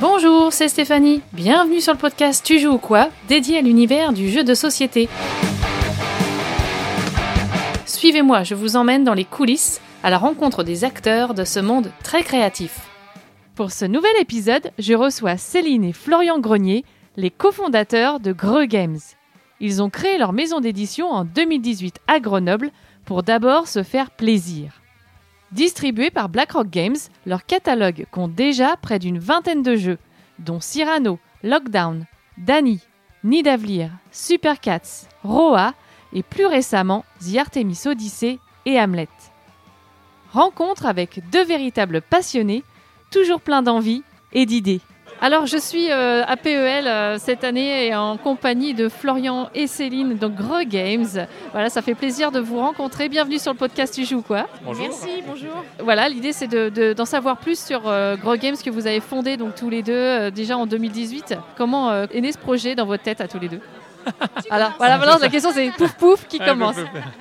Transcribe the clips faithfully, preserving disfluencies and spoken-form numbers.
Bonjour, c'est Stéphanie. Bienvenue sur le podcast Tu joues ou quoi, dédié à l'univers du jeu de société. Suivez-moi, je vous emmène dans les coulisses, à la rencontre des acteurs de ce monde très créatif. Pour ce nouvel épisode, je reçois Céline et Florian Grenier, les cofondateurs de Greux Games. Ils ont créé leur maison d'édition en deux mille dix-huit à Grenoble pour d'abord se faire plaisir. Distribué par BlackRock Games, leur catalogue compte déjà près d'une vingtaine de jeux, dont Cyrano, Lockdown, Dany, Nidavellir, Supercats, Roa et plus récemment The Artemis Odyssey et Hamlet. Rencontre avec deux véritables passionnés, toujours pleins d'envie et d'idées. Alors je suis euh, à P E L euh, cette année et en compagnie de Florian et Céline de Greux Games. Voilà, ça fait plaisir de vous rencontrer. Bienvenue sur le podcast Tu joues quoi. Bonjour. Merci, bonjour. Voilà, l'idée c'est de, de, d'en savoir plus sur euh, Greux Games que vous avez fondé donc tous les deux euh, déjà en deux mille dix-huit. Comment euh, est né ce projet dans votre tête à tous les deux? Alors voilà, maintenant la question c'est pouf pouf qui commence.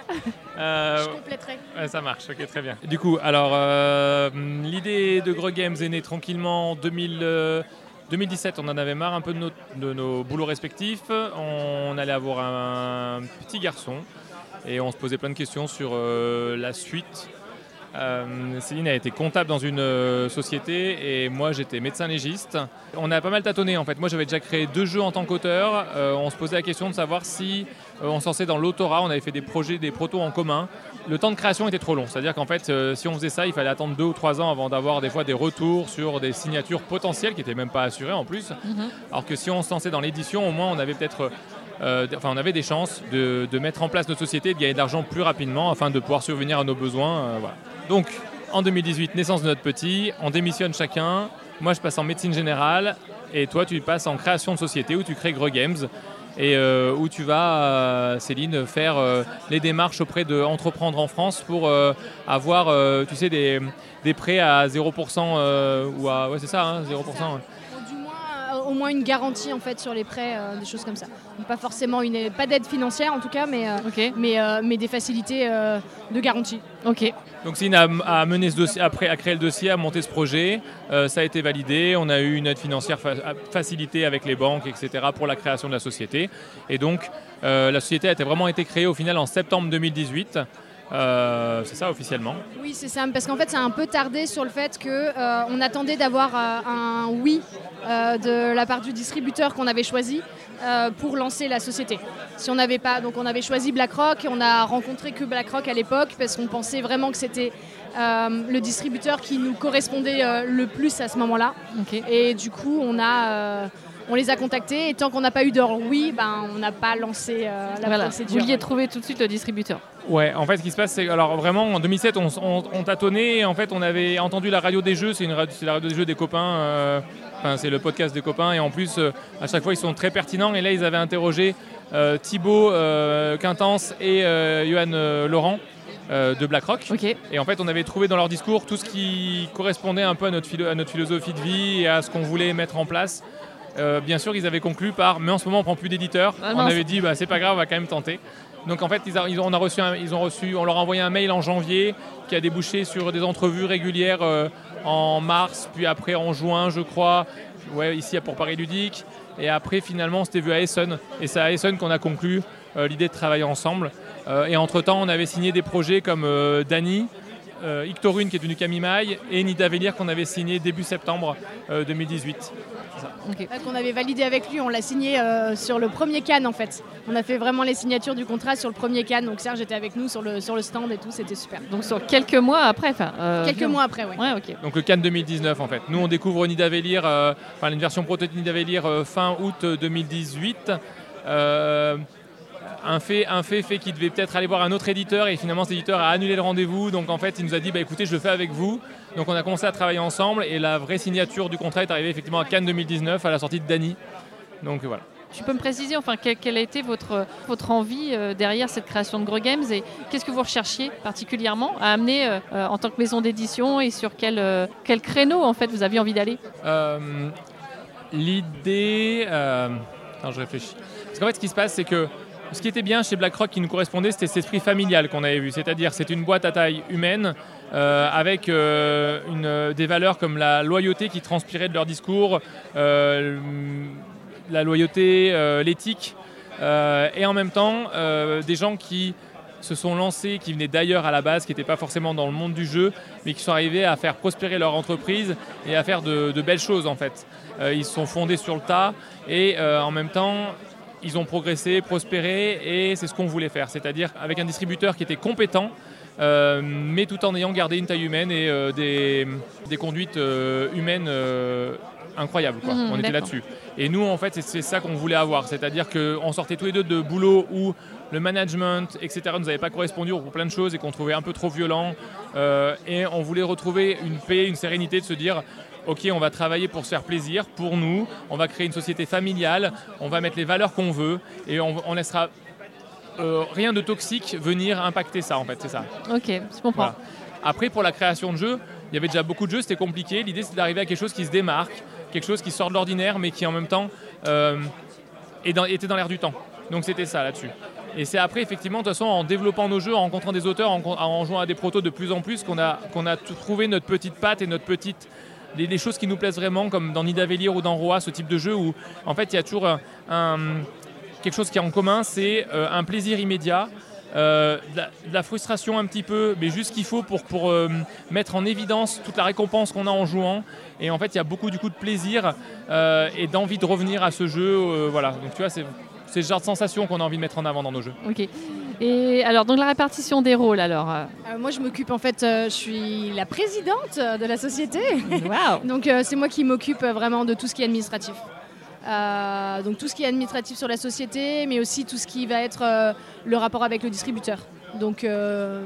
Euh, Je compléterai. Ouais, ça marche, ok, très bien. Du coup, alors euh, l'idée de Greux Games est née tranquillement en deux mille, euh, deux mille dix-sept. On en avait marre un peu de nos, de nos boulots respectifs. On allait avoir un petit garçon et on se posait plein de questions sur euh, la suite. Euh, Céline a été comptable dans une euh, société et moi j'étais médecin légiste. On a pas mal tâtonné en fait. Moi j'avais déjà créé deux jeux en tant qu'auteur. Euh, on se posait la question de savoir si euh, on se lançait dans l'autorat. On avait fait des projets, des protos en commun. Le temps de création était trop long. C'est-à-dire qu'en fait euh, si on faisait ça, il fallait attendre deux ou trois ans avant d'avoir des fois des retours sur des signatures potentielles qui n'étaient même pas assurées en plus. Mm-hmm. Alors que si on se lançait dans l'édition, au moins on avait peut-être... Euh, enfin, on avait des chances de, de mettre en place notre société et de gagner de l'argent plus rapidement afin de pouvoir survenir à nos besoins. Euh, voilà. Donc, en deux mille dix-huit, naissance de notre petit, on démissionne chacun. Moi, je passe en médecine générale et toi, tu passes en création de société où tu crées Greux Games et euh, où tu vas, euh, Céline, faire euh, les démarches auprès d'entreprendre en France pour euh, avoir, euh, tu sais, des, des prêts à zéro pour cent euh, ou à... Ouais, c'est ça, hein, zéro pour cent. Au moins une garantie en fait sur les prêts, euh, des choses comme ça. Donc, pas forcément une, pas d'aide financière en tout cas, mais euh, okay. mais, euh, mais des facilités euh, de garantie. Ok. Donc Céline a, a mené ce dossier, après a créé le dossier, a monté ce projet. Euh, ça a été validé. On a eu une aide financière fa- facilitée avec les banques, et cetera pour la création de la société. Et donc euh, la société a été vraiment été créée au final en septembre deux mille dix-huit. Euh, c'est ça officiellement. Oui, c'est ça, parce qu'en fait ça a un peu tardé sur le fait qu'on euh, attendait d'avoir euh, un oui euh, de la part du distributeur qu'on avait choisi euh, pour lancer la société. Si on n'avait pas, donc on avait choisi BlackRock et on a rencontré que BlackRock à l'époque parce qu'on pensait vraiment que c'était euh, le distributeur qui nous correspondait euh, le plus à ce moment-là. Okay. Et du coup on a... Euh, On les a contactés et tant qu'on n'a pas eu de oui, ben, on n'a pas lancé euh, la voilà. procédure. Vous vouliez trouver tout de suite le distributeur. Ouais, en fait, ce qui se passe, c'est alors vraiment en deux mille sept, on, on, on tâtonnait. Et en fait, on avait entendu la radio des jeux. C'est, une radio, c'est la radio des jeux des copains. Euh, enfin, c'est le podcast des copains. Et en plus, euh, à chaque fois, ils sont très pertinents. Et là, ils avaient interrogé euh, Thibaut euh, Quintance et euh, Johan euh, Laurent. Euh, de BlackRock. Okay. Et en fait, on avait trouvé dans leur discours tout ce qui correspondait un peu à notre, philo- à notre philosophie de vie et à ce qu'on voulait mettre en place. Euh, bien sûr, ils avaient conclu par mais en ce moment on prend plus d'éditeurs. Ah, on avait dit bah c'est pas grave, on va quand même tenter. Donc en fait, ils, a, ils ont, on a reçu, un, ils ont reçu, on leur a envoyé un mail en janvier qui a débouché sur des entrevues régulières euh, en mars, puis après en juin, je crois. Ouais, ici pour Paris Ludique. Et après finalement, on s'était vu à Essen. Et c'est à Essen qu'on a conclu euh, l'idée de travailler ensemble. Euh, et entre temps, on avait signé des projets comme euh, Dany. Euh, Ictorune qui est devenu Camimai et Nidavellir qu'on avait signé début septembre euh, deux mille dix-huit. Okay. Qu'on avait validé avec lui, on l'a signé euh, sur le premier Cannes en fait. On a fait vraiment les signatures du contrat sur le premier Cannes, donc Serge était avec nous sur le, sur le stand et tout, c'était super. Donc sur quelques mois après enfin, euh, Quelques bien. mois après, oui. Ouais, okay. Donc le Cannes deux mille dix-neuf en fait. Nous on découvre Nidavellir, euh, enfin une version prototype de Nidavellir euh, fin août deux mille dix-huit. Euh, Un fait, un fait fait qu'il devait peut-être aller voir un autre éditeur et finalement cet éditeur a annulé le rendez-vous. Donc en fait il nous a dit bah, écoutez je le fais avec vous. Donc on a commencé à travailler ensemble et la vraie signature du contrat est arrivée effectivement à Cannes deux mille dix-neuf à la sortie de Dany. Donc voilà. Tu peux me préciser enfin quelle, quelle a été votre, votre envie euh, derrière cette création de Greux Games et qu'est-ce que vous recherchiez particulièrement à amener euh, euh, en tant que maison d'édition et sur quel, euh, quel créneau en fait vous aviez envie d'aller? euh, L'idée... Euh... Attends, je réfléchis. Parce qu'en fait ce qui se passe c'est que ce qui était bien chez BlackRock qui nous correspondait, c'était cet esprit familial qu'on avait vu. C'est-à-dire c'est une boîte à taille humaine euh, avec euh, une, des valeurs comme la loyauté qui transpirait de leur discours, euh, la loyauté, euh, l'éthique, euh, et en même temps euh, des gens qui se sont lancés, qui venaient d'ailleurs à la base, qui n'étaient pas forcément dans le monde du jeu, mais qui sont arrivés à faire prospérer leur entreprise et à faire de, de belles choses en fait. Euh, ils se sont fondés sur le tas et euh, en même temps, ils ont progressé, prospéré et c'est ce qu'on voulait faire. C'est-à-dire avec un distributeur qui était compétent, euh, mais tout en ayant gardé une taille humaine et euh, des, des conduites euh, humaines euh, incroyables, quoi. Mmh, on était d'accord. là-dessus. Et nous, en fait, c'est, c'est ça qu'on voulait avoir. C'est-à-dire qu'on sortait tous les deux de boulot où le management, et cetera, ne nous avait pas correspondu pour plein de choses et qu'on trouvait un peu trop violent. Euh, et on voulait retrouver une paix, une sérénité de se dire ok, on va travailler pour se faire plaisir, pour nous, on va créer une société familiale, on va mettre les valeurs qu'on veut et on, on laissera euh, rien de toxique venir impacter ça, en fait, c'est ça. Ok, je comprends. Voilà. Après, pour la création de jeux, il y avait déjà beaucoup de jeux, c'était compliqué. L'idée, c'est d'arriver à quelque chose qui se démarque, quelque chose qui sort de l'ordinaire, mais qui en même temps euh, est dans, était dans l'air du temps. Donc c'était ça là-dessus. Et c'est après, effectivement, de toute façon, en développant nos jeux, en rencontrant des auteurs, en, en jouant à des protos de plus en plus, qu'on a, qu'on a trouvé notre petite patte et notre petite... Les, les choses qui nous plaisent vraiment, comme dans Nidavellir ou dans Roa, ce type de jeu où, en fait, il y a toujours un, un, quelque chose qui est en commun, c'est euh, un plaisir immédiat, euh, de, la, de la frustration un petit peu, mais juste ce qu'il faut pour, pour euh, mettre en évidence toute la récompense qu'on a en jouant. Et en fait, il y a beaucoup du coup de plaisir euh, et d'envie de revenir à ce jeu. Euh, voilà. Donc, tu vois, c'est, c'est ce genre de sensation qu'on a envie de mettre en avant dans nos jeux. Ok. Et alors, donc la répartition des rôles, alors euh... Euh, moi, je m'occupe, en fait, euh, je suis la présidente de la société. Waouh. Donc, euh, c'est moi qui m'occupe euh, vraiment de tout ce qui est administratif. Euh, donc, tout ce qui est administratif sur la société, mais aussi tout ce qui va être euh, le rapport avec le distributeur. Donc, euh,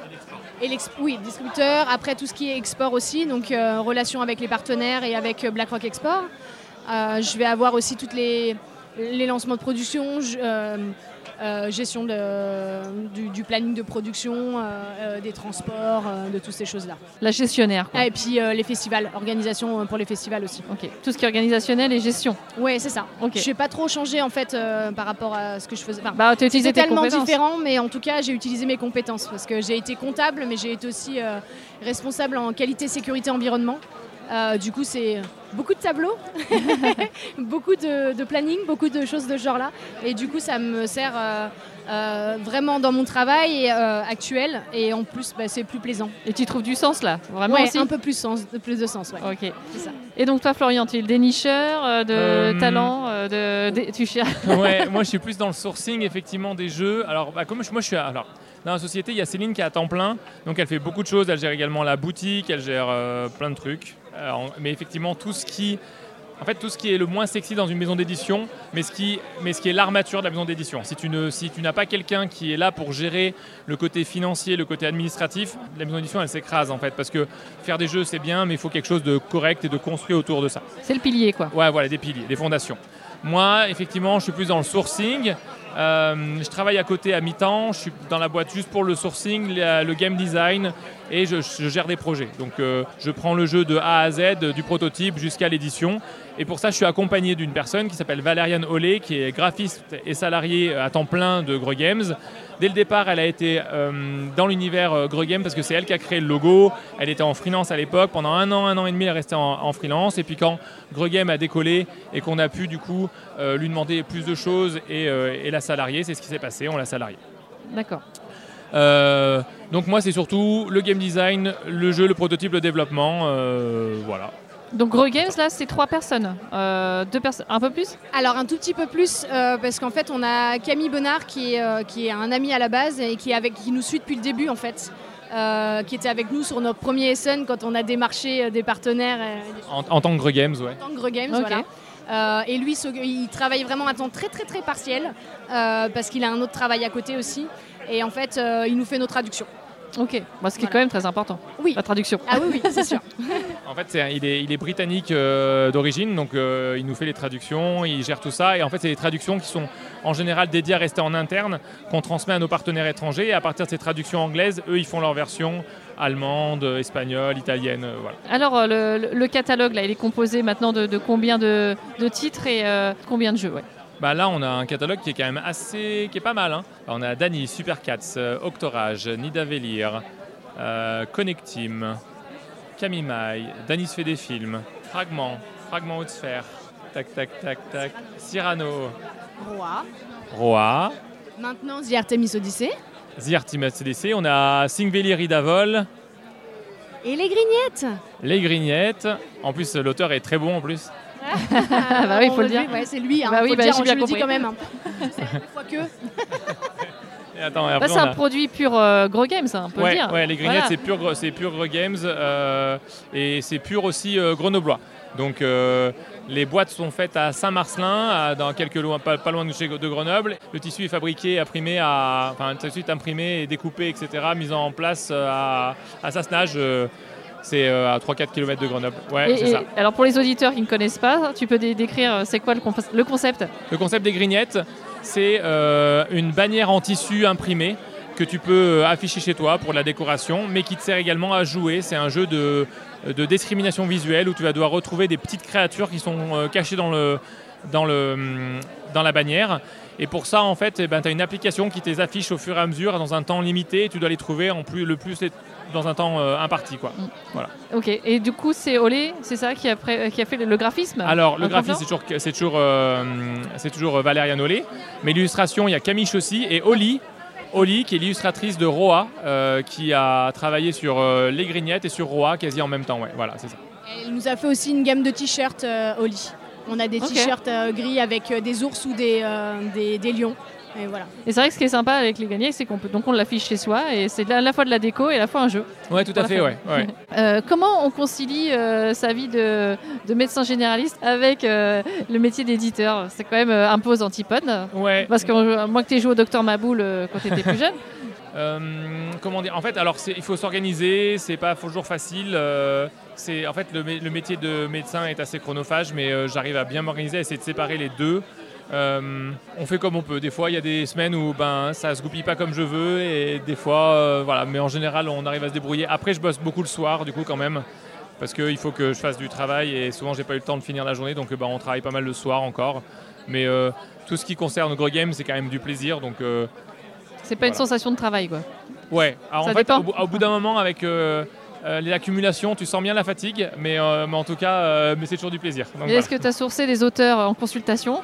et oui, le distributeur. Après, tout ce qui est export aussi, donc euh, relation avec les partenaires et avec euh, BlackRock Export. Euh, je vais avoir aussi toutes les, les lancements de production. Je, euh, Euh, gestion de, du, du planning de production, euh, euh, des transports, euh, de toutes ces choses-là. La gestionnaire, quoi. Ah, et puis euh, les festivals, organisation pour les festivals aussi. Ok. Tout ce qui est organisationnel et gestion. Oui, c'est ça. Okay. Je n'ai pas trop changé en fait euh, par rapport à ce que je faisais. Enfin, bah, tu as utilisé c'était tes tellement compétences. différent, mais en tout cas, j'ai utilisé mes compétences parce que j'ai été comptable, mais j'ai été aussi euh, responsable en qualité, sécurité, environnement. Euh, du coup, c'est beaucoup de tableaux, beaucoup de, de planning, beaucoup de choses de ce genre-là. Et du coup, ça me sert euh, euh, vraiment dans mon travail euh, actuel. Et en plus, bah, c'est plus plaisant. Et tu trouves du sens là, vraiment ouais, aussi. Un peu plus, sens, plus de sens. Ouais. Ok. C'est ça. Et donc toi, Florian, tu es le dénicheur euh, de Euh, talent, euh, de, de, tu cherches. Ouais, moi je suis plus dans le sourcing effectivement des jeux. Alors, bah, comme je, moi je suis à, alors. Dans la société, il y a Céline qui est à temps plein, donc elle fait beaucoup de choses. Elle gère également la boutique, elle gère euh, plein de trucs. Alors, mais effectivement, tout ce qui, en fait, tout ce qui est le moins sexy dans une maison d'édition, mais ce qui, mais ce qui est l'armature de la maison d'édition. Si tu ne, si tu n'as pas quelqu'un qui est là pour gérer le côté financier, le côté administratif, la maison d'édition, elle s'écrase en fait, parce que faire des jeux c'est bien, mais il faut quelque chose de correct et de construit autour de ça. C'est le pilier, quoi. Ouais, voilà, des piliers, des fondations. Moi, effectivement, je suis plus dans le sourcing. Euh, je travaille à côté à mi-temps, je suis dans la boîte juste pour le sourcing, le, le game design et je, je gère des projets. Donc euh, je prends le jeu de A à Z, du prototype jusqu'à l'édition. Et pour ça, je suis accompagné d'une personne qui s'appelle Valériane Ollet, qui est graphiste et salariée à temps plein de Greux Games. Dès le départ, elle a été euh, dans l'univers euh, Greux Games parce que c'est elle qui a créé le logo. Elle était en freelance à l'époque. Pendant un an, un an et demi, elle restait en, en freelance. Et puis quand Greux Games a décollé et qu'on a pu du coup euh, lui demander plus de choses et, euh, et la salarier, c'est ce qui s'est passé. On l'a salariée. D'accord. Euh, donc moi, c'est surtout le game design, le jeu, le prototype, le développement. Euh, voilà. Donc Greux Games, là, c'est trois personnes. Euh, deux personnes, un peu plus ? Alors un tout petit peu plus, euh, parce qu'en fait, on a Camille Bonnard, qui est, euh, qui est un ami à la base et qui, est avec, qui nous suit depuis le début, en fait. Euh, qui était avec nous sur notre premier S N quand on a démarché des partenaires. Euh, en, en tant que Greux Games, ouais. En tant que Greux Games, okay. voilà. Euh, et lui, il travaille vraiment à temps très très très partiel, euh, parce qu'il a un autre travail à côté aussi. Et en fait, euh, il nous fait nos traductions. Ok, bon, ce qui voilà. est quand même très important, oui. La traduction. Ah oui, oui, c'est sûr. En fait, c'est, il, est, il est britannique euh, d'origine, donc euh, il nous fait les traductions, il gère tout ça. Et en fait, c'est des traductions qui sont en général dédiées à rester en interne, qu'on transmet à nos partenaires étrangers. Et à partir de ces traductions anglaises, eux, ils font leur version allemande, espagnole, italienne. Euh, voilà. Alors, le, le catalogue, là, il est composé maintenant de, de combien de, de titres et euh, combien de jeux, ouais. Bah là, on a un catalogue qui est quand même assez, qui est pas mal. Hein. On a Dany, Supercats, euh, Octorage, Nidavellir, euh, Connectim, Camimai, Danis fait des films, Fragment, Fragment Haute Sphère, tac tac tac tac, Cyrano, Roi. Roi, Maintenant, The Artemis Odyssey. The Artemis C D C, on a Singveli Ridavol, Et les grignettes. Les Grignettes. En plus, l'auteur est très bon en plus. Ah bah oui, il faut On le dit- dire. Ouais, c'est lui, hein, Bah oui, faut bah, le dire, j'ai bien je le dis compris. quand même. Hein. C'est des fois que. Et attends, Là, après, c'est on un a- produit pur euh, gros game, ça, on peut ouais, le dire. ouais, les Grignettes, Voilà. c'est pur, gre- c'est pur Gre Games euh, et c'est pur aussi euh, grenoblois. Donc euh, les boîtes sont faites à Saint-Marcelin, à- dans quelques loin, pas, pas loin de, chez, de Grenoble. Le tissu est fabriqué, imprimé, à, enfin tout de suite imprimé et découpé, et cetera, mis en place euh, à, à Sassenage. euh, c'est euh, à trois à quatre kilomètres de Grenoble. Ouais, Et- c'est et ça. alors pour les auditeurs qui ne connaissent pas, tu peux dé- décrire euh, c'est quoi le, comp- le concept? Le concept des Grignettes, c'est euh, une bannière en tissu imprimé que tu peux afficher chez toi pour la décoration, mais qui te sert également à jouer. C'est un jeu de, de discrimination visuelle où tu vas devoir retrouver des petites créatures qui sont euh, cachées dans, le, dans, le, hum, dans la bannière. Et pour ça, en fait, eh ben, tu as une application qui te les affiche au fur et à mesure dans un temps limité. Et tu dois les trouver en plus, le plus dans un temps euh, imparti. Quoi. Mm. Voilà. Ok, et du coup, c'est Olé, c'est ça qui a, pré- qui a fait le, le graphisme? Alors, le Un graphisme, plan c'est toujours, c'est toujours, euh, c'est toujours Valériane Olé. Mais l'illustration, il y a Camille Chaussy et Oli. Oli, qui est l'illustratrice de Roa, euh, qui a travaillé sur euh, les Grignettes et sur Roa quasi en même temps. Ouais, voilà, c'est ça. Elle nous a fait aussi une gamme de t-shirts, euh, Oli. On a des Ok. t-shirts euh, gris avec euh, des ours ou des, euh, des, des lions. Et voilà. Et c'est vrai que ce qui est sympa avec les gagnés, c'est qu'on peut donc on l'affiche chez soi et c'est à la fois de la déco et à la fois un jeu. Ouais, tout à fait, ouais. ouais. Euh, comment on concilie euh, sa vie de, de médecin généraliste avec euh, le métier d'éditeur? C'est quand même euh, un peu aux antipodes. Ouais. Parce que euh, moi que tu aies joué au Docteur Maboul euh, quand tu étais plus jeune. Euh, comment dire? En fait, alors c'est- il faut s'organiser, c'est pas toujours facile. euh, c'est en fait le, mé- le métier de médecin est assez chronophage, mais euh, j'arrive à bien m'organiser, à essayer de séparer les deux. Euh, on fait comme on peut. Des fois, il y a des semaines où ben ça se goupille pas comme je veux, et des fois, euh, voilà. Mais en général, on arrive à se débrouiller. Après, je bosse beaucoup le soir, du coup, quand même, parce qu'il faut que je fasse du travail, et souvent, j'ai pas eu le temps de finir la journée, donc ben, on travaille pas mal le soir encore. Mais euh, tout ce qui concerne Gros Game, c'est quand même du plaisir, donc. euh, C'est pas une Voilà. sensation de travail, quoi. Ouais, alors Ça en fait, dépend. au, bout- au bout d'un moment, avec euh, euh, les accumulations, tu sens bien la fatigue, mais, euh, mais en tout cas, euh, mais c'est toujours du plaisir. Donc, Et est-ce que tu as sourcé des auteurs en consultation?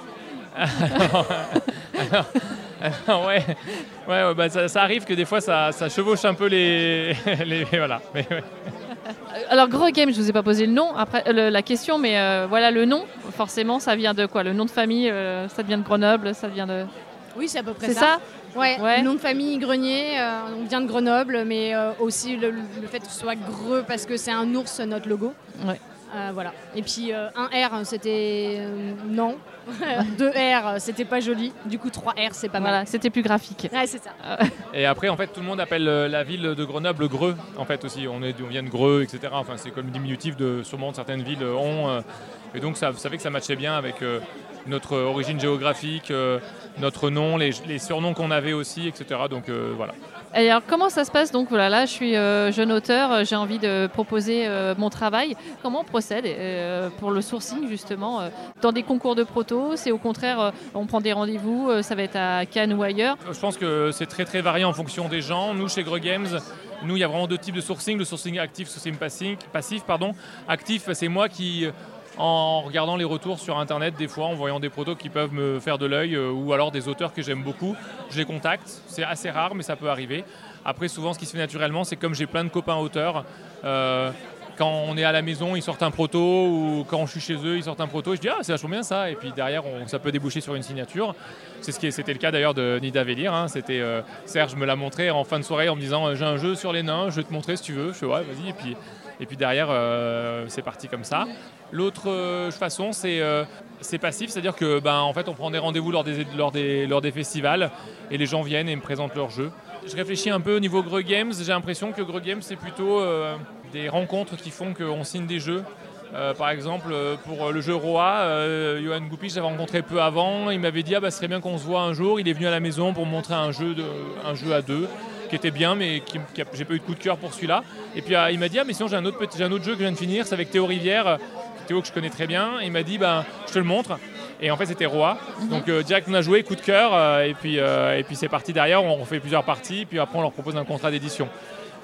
voilà. ouais, ouais, ouais, bah, ça, ça arrive que des fois, ça, ça chevauche un peu les, les voilà. Mais, ouais. Alors, Gros Game, je vous ai pas posé le nom, après euh, le- la question, mais euh, voilà le nom. Forcément, ça vient de quoi? Le nom de famille, euh, ça vient de Grenoble, ça vient de. Oui, c'est à peu près C'est ça. ça? Ouais, Ouais. nom de famille Grenier, euh, on vient de Grenoble, mais euh, aussi le, le fait que ce soit greux parce que c'est un ours, notre logo. Ouais. Euh, voilà. Et puis euh, un R, c'était euh, non. Deux R, c'était pas joli. Du coup, trois R, c'est pas mal. Voilà, c'était plus graphique. Ouais, c'est ça. Et après, en fait, tout le monde appelle euh, la ville de Grenoble Greux, en fait aussi. On, est, on vient de Greux, et cetera. Enfin, c'est comme diminutif de sûrement certaines villes euh, ont. euh, et donc, ça, ça fait que ça matchait bien avec euh, notre origine géographique, euh, notre nom, les, les surnoms qu'on avait aussi, et cetera. Donc, euh, voilà. Et alors, comment ça se passe? Donc voilà, là, je suis euh, jeune auteur, euh, j'ai envie de proposer euh, mon travail. Comment on procède euh, pour le sourcing, justement, euh, dans des concours de proto? C'est au contraire, euh, on prend des rendez-vous, euh, ça va être à Cannes ou ailleurs? Je pense que c'est très très varié en fonction des gens. Nous, chez Gros Games, nous, il y a vraiment deux types de sourcing. Le sourcing actif, sourcing passif. passif pardon. Actif, c'est moi qui, en regardant les retours sur Internet, des fois, en voyant des protos qui peuvent me faire de l'œil, euh, ou alors des auteurs que j'aime beaucoup, je les contacte. C'est assez rare, mais ça peut arriver. Après, souvent, ce qui se fait naturellement, c'est comme j'ai plein de copains auteurs, euh, quand on est à la maison, ils sortent un proto, ou quand je suis chez eux, ils sortent un proto, je dis « Ah, c'est vachement bien ça !» Et puis derrière, on- ça peut déboucher sur une signature. C'est ce qui est- c'était le cas d'ailleurs de Nida Vélir. Hein. C'était, euh, Serge me l'a montré en fin de soirée en me disant « J'ai un jeu sur les nains, je vais te montrer si tu veux. » Je fais « Ouais, vas-y. » Et puis, et puis derrière, euh, c'est parti comme ça. L'autre euh, façon, c'est euh, c'est passif, c'est-à-dire que ben, en fait, on prend des rendez-vous lors des, lors, des, lors des festivals et les gens viennent et me présentent leurs jeux. Je réfléchis un peu au niveau Gros Games. J'ai l'impression que Gros Games, c'est plutôt euh, des rencontres qui font qu'on signe des jeux. Euh, par exemple, euh, pour le jeu Roa, euh, Johan Goupil, j'avais rencontré peu avant. Il m'avait dit ah, bah, ce serait bien qu'on se voit un jour. Il est venu à la maison pour me montrer un jeu, de, un jeu à deux qui était bien, mais qui, qui a- j'ai pas eu de coup de cœur pour celui-là. Et puis euh, il m'a dit ah, mais sinon j'ai un, autre petit- j'ai un autre jeu que je viens de finir, c'est avec Théo Rivière. Théo que je connais très bien. Et il m'a dit bah, je te le montre. Et en fait, c'était Roa. Donc, euh, direct, on a joué, coup de cœur. euh, et puis, euh, et puis c'est parti derrière. On fait plusieurs parties. Puis après, on leur propose un contrat d'édition.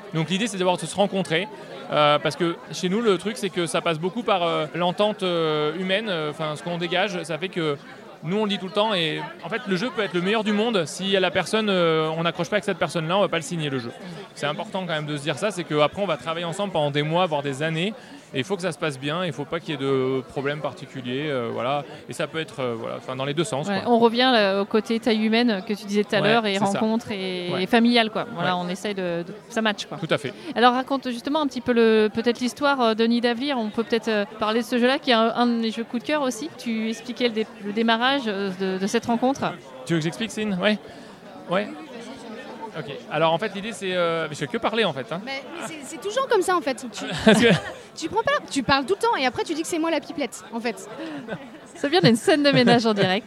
Donc l'idée c'est d'abord de se rencontrer. Euh, parce que chez nous, le truc, c'est que ça passe beaucoup par euh, l'entente euh, humaine, enfin euh, ce qu'on dégage, ça fait que nous, on le dit tout le temps, et en fait, le jeu peut être le meilleur du monde, si la personne, euh, on n'accroche pas avec cette personne-là, on ne va pas le signer, le jeu. C'est important quand même de se dire ça, c'est qu'après, on va travailler ensemble pendant des mois, voire des années, et il faut que ça se passe bien, il ne faut pas qu'il y ait de problèmes particuliers, euh, voilà. Et ça peut être euh, voilà, dans les deux sens. Ouais, quoi. on revient là, au côté taille humaine que tu disais tout à Ouais, l'heure, et c'est rencontre et, Ouais. et familiale, quoi. Voilà, Ouais. on essaye de, de... Ça match, quoi. Tout à fait. Alors raconte justement un petit peu le, peut-être l'histoire de Nid d'Avenir. On peut peut-être euh, parler de ce jeu-là qui est un, un de mes jeux coup de cœur aussi. Tu expliquais le, dé- le démarrage euh, de, de cette rencontre. Tu veux que j'explique, Céline ? Ouais. Ouais. Ok. Alors en fait, l'idée, c'est... Euh... Je fais que parler, en fait. Hein. Mais c'est, c'est toujours comme ça en fait. Tu, Parce que- tu prends pas, tu parles tout le temps et après tu dis que c'est moi la pipelette en fait. Ça vient d'une scène de ménage en direct.